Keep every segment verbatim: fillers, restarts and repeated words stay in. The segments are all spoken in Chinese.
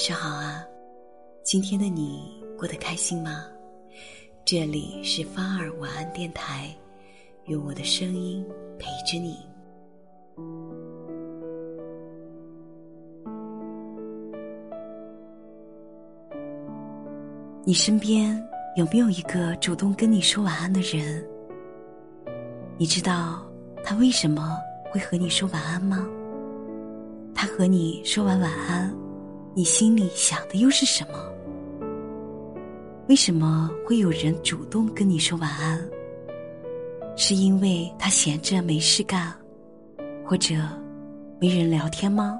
上好啊，今天的你过得开心吗？这里是芳儿晚安电台，用我的声音陪着你。你身边有没有一个主动跟你说晚安的人？你知道他为什么会和你说晚安吗？他和你说完晚安，你心里想的又是什么？为什么会有人主动跟你说晚安？是因为他闲着没事干，或者没人聊天吗？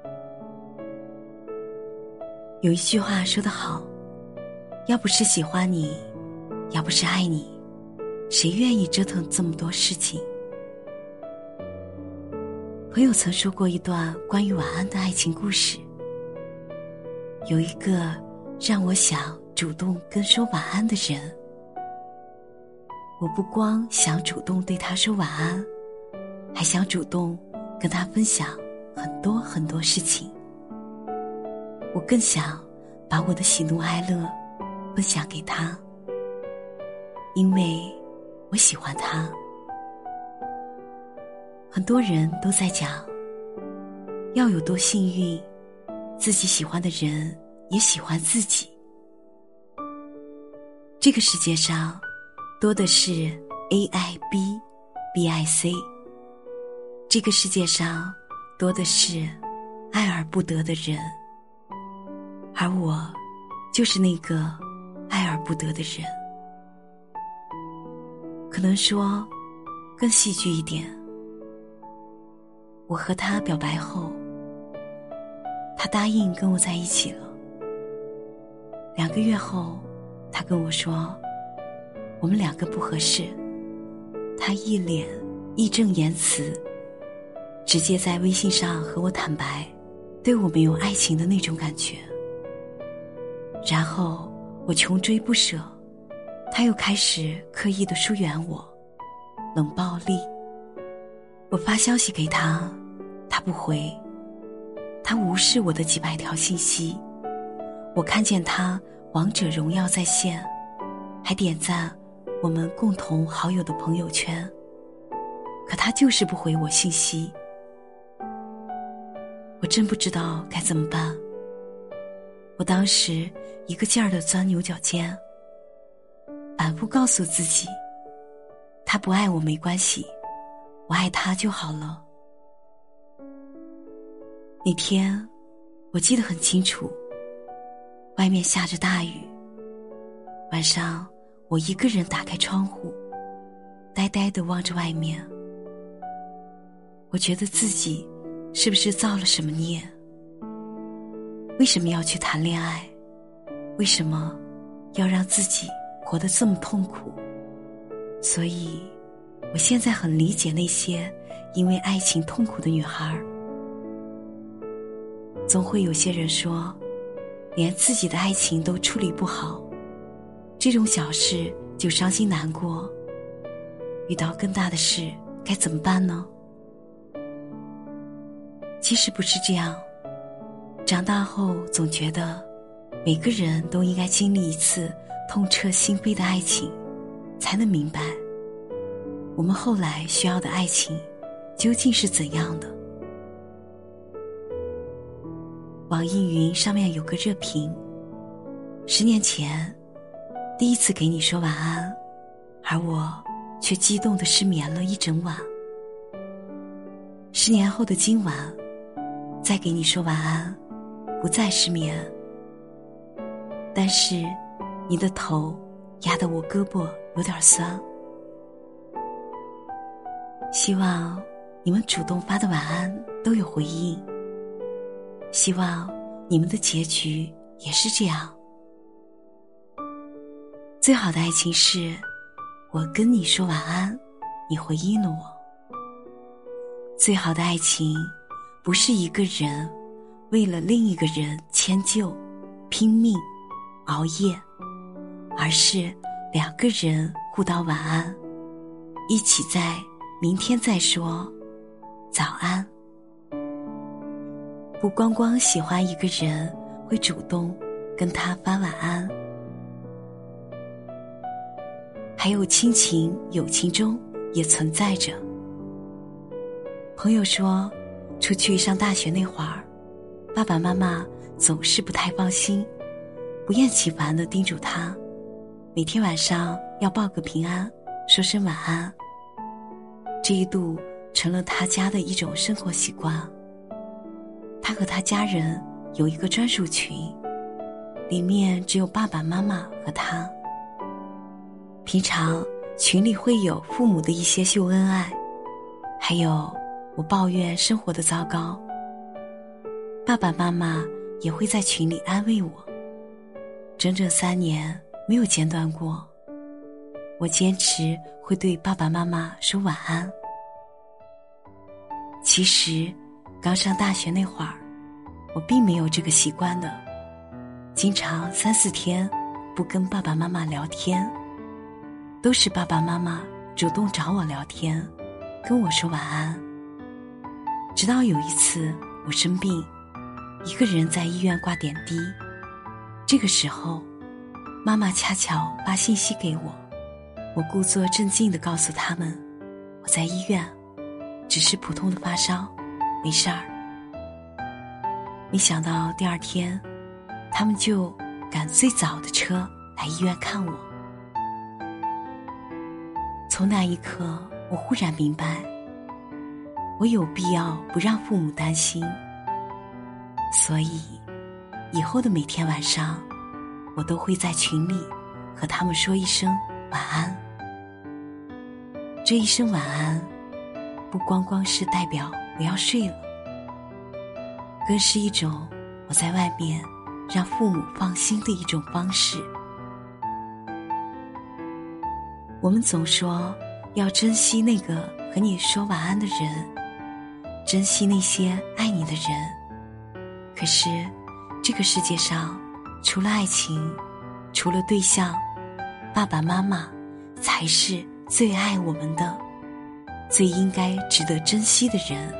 有一句话说得好，要不是喜欢你，要不是爱你，谁愿意折腾这么多事情？朋友曾说过一段关于晚安的爱情故事，有一个让我想主动跟说晚安的人，我不光想主动对他说晚安，还想主动跟他分享很多很多事情。我更想把我的喜怒哀乐分享给他，因为我喜欢他。很多人都在讲，要有多幸运，自己喜欢的人也喜欢自己。这个世界上多的是 A I B B I C， 这个世界上多的是爱而不得的人，而我就是那个爱而不得的人。可能说更戏剧一点，我和他表白后，他答应跟我在一起了。两个月后，他跟我说我们两个不合适，他一脸义正言辞，直接在微信上和我坦白对我没有爱情的那种感觉。然后我穷追不舍，他又开始刻意地疏远我，冷暴力。我发消息给他，他不回，他无视我的几百条信息。我看见他王者荣耀在线，还点赞我们共同好友的朋友圈，可他就是不回我信息。我真不知道该怎么办。我当时一个劲儿地钻牛角尖，反复告诉自己，他不爱我没关系，我爱他就好了。那天我记得很清楚，外面下着大雨，晚上我一个人打开窗户，呆呆地望着外面。我觉得自己是不是造了什么孽？为什么要去谈恋爱？为什么要让自己活得这么痛苦？所以我现在很理解那些因为爱情痛苦的女孩。总会有些人说，连自己的爱情都处理不好，这种小事就伤心难过，遇到更大的事该怎么办呢？其实不是这样，长大后总觉得每个人都应该经历一次痛彻心扉的爱情，才能明白我们后来需要的爱情究竟是怎样的。网易云上面有个热评，十年前第一次给你说晚安，而我却激动地失眠了一整晚。十年后的今晚，再给你说晚安，不再失眠，但是你的头压得我胳膊有点酸。希望你们主动发的晚安都有回应，希望你们的结局也是这样。最好的爱情是我跟你说晚安，你回应了我。最好的爱情不是一个人为了另一个人迁就拼命熬夜，而是两个人互道晚安，一起在明天再说早安。不光光喜欢一个人会主动跟他发晚安。还有亲情友情中也存在着。朋友说，出去上大学那会儿，爸爸妈妈总是不太放心，不厌其烦地叮嘱他，每天晚上要报个平安，说声晚安。这一度成了他家的一种生活习惯。他和他家人有一个专属群，里面只有爸爸妈妈和他。平常群里会有父母的一些秀恩爱，还有我抱怨生活的糟糕，爸爸妈妈也会在群里安慰我。整整三年没有间断过，我坚持会对爸爸妈妈说晚安。其实刚上大学那会儿，我并没有这个习惯的，经常三四天不跟爸爸妈妈聊天，都是爸爸妈妈主动找我聊天，跟我说晚安。直到有一次我生病，一个人在医院挂点滴，这个时候妈妈恰巧发信息给我，我故作镇静地告诉他们，我在医院，只是普通的发烧，没事儿。没想到第二天他们就赶最早的车来医院看我。从那一刻我忽然明白，我有必要不让父母担心，所以以后的每天晚上，我都会在群里和他们说一声晚安。这一声晚安不光光是代表我要睡了，更是一种我在外面让父母放心的一种方式。我们总说要珍惜那个和你说晚安的人，珍惜那些爱你的人，可是这个世界上除了爱情，除了对象，爸爸妈妈才是最爱我们的，最应该值得珍惜的人。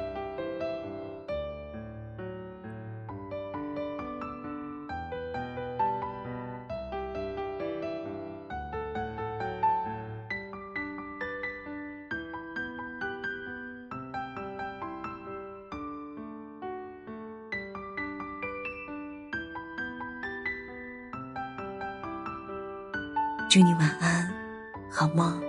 祝你晚安，好梦。